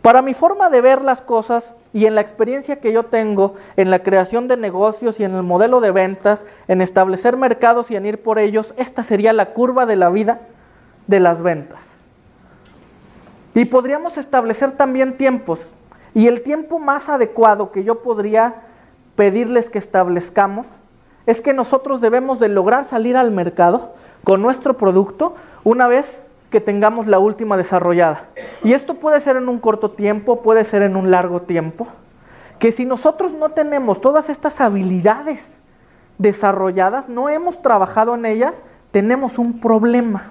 Para mi forma de ver las cosas y en la experiencia que yo tengo en la creación de negocios y en el modelo de ventas, en establecer mercados y en ir por ellos, esta sería la curva de la vida de las ventas. Y podríamos establecer también tiempos. Y el tiempo más adecuado que yo podría pedirles que establezcamos es que nosotros debemos de lograr salir al mercado con nuestro producto una vez que tengamos la última desarrollada. Y esto puede ser en un corto tiempo, puede ser en un largo tiempo. Que si nosotros no tenemos todas estas habilidades desarrolladas, no hemos trabajado en ellas, tenemos un problema.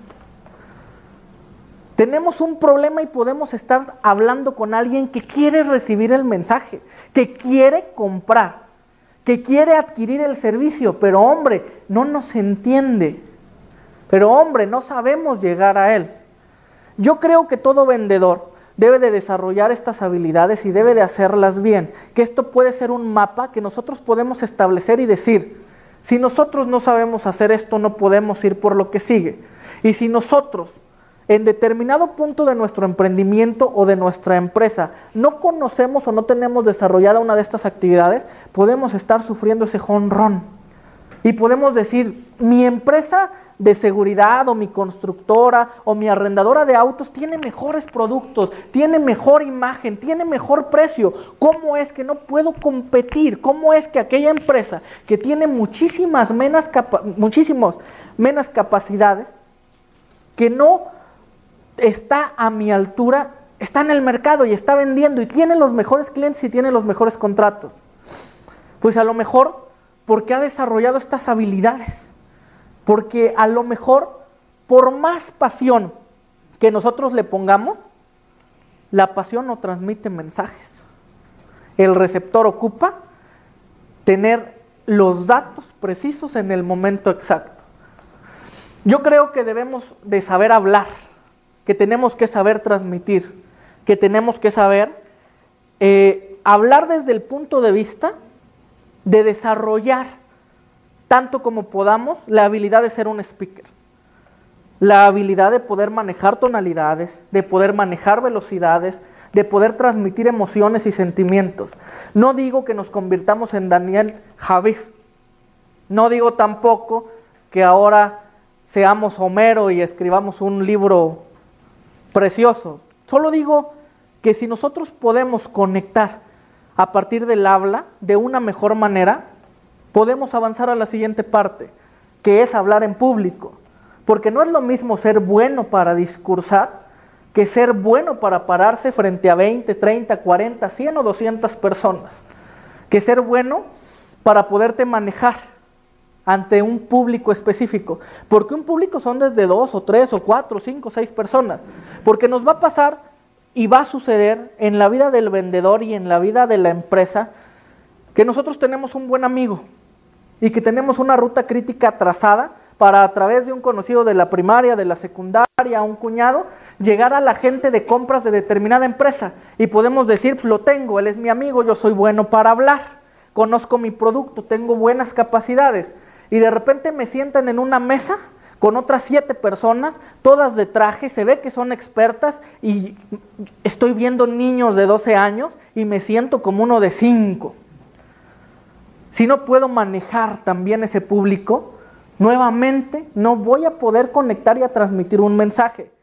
Tenemos un problema y podemos estar hablando con alguien que quiere recibir el mensaje, que quiere comprar, que quiere adquirir el servicio, pero hombre, no nos entiende. Pero hombre, no sabemos llegar a él. Yo creo que todo vendedor debe de desarrollar estas habilidades y debe de hacerlas bien. Que esto puede ser un mapa que nosotros podemos establecer y decir, si nosotros no sabemos hacer esto, no podemos ir por lo que sigue. Y si nosotros, en determinado punto de nuestro emprendimiento o de nuestra empresa, no conocemos o no tenemos desarrollada una de estas actividades, podemos estar sufriendo ese jonrón. Y podemos decir, mi empresa de seguridad o mi constructora o mi arrendadora de autos tiene mejores productos, tiene mejor imagen, tiene mejor precio. ¿Cómo es que no puedo competir? ¿Cómo es que aquella empresa que tiene muchísimas menos capacidades, que no está a mi altura, está en el mercado y está vendiendo y tiene los mejores clientes y tiene los mejores contratos? Pues a lo mejor porque ha desarrollado estas habilidades, porque a lo mejor por más pasión que nosotros le pongamos, la pasión no transmite mensajes. El receptor ocupa tener los datos precisos en el momento exacto. Yo creo que debemos de saber hablar, que tenemos que saber transmitir, que tenemos que saber hablar desde el punto de vista de desarrollar tanto como podamos la habilidad de ser un speaker, la habilidad de poder manejar tonalidades, de poder manejar velocidades, de poder transmitir emociones y sentimientos. No digo que nos convirtamos en Daniel Javid, no digo tampoco que ahora seamos Homero y escribamos un libro precioso. Solo digo que si nosotros podemos conectar a partir del habla de una mejor manera, podemos avanzar a la siguiente parte, que es hablar en público. Porque no es lo mismo ser bueno para discursar que ser bueno para pararse frente a 20, 30, 40, 100 o 200 personas. Que ser bueno para poderte manejar ante un público específico. Porque un público son desde 2 o 3 o 4, 5, 6 personas. Porque nos va a pasar y va a suceder en la vida del vendedor y en la vida de la empresa que nosotros tenemos un buen amigo y que tenemos una ruta crítica trazada para, a través de un conocido de la primaria, de la secundaria, un cuñado, llegar a la gente de compras de determinada empresa. Y podemos decir, lo tengo, él es mi amigo, yo soy bueno para hablar, conozco mi producto, tengo buenas capacidades. Y de repente me sientan en una mesa con otras 7 personas, todas de traje, se ve que son expertas y estoy viendo niños de 12 años y me siento como uno de 5. Si no puedo manejar también ese público, nuevamente no voy a poder conectar y a transmitir un mensaje.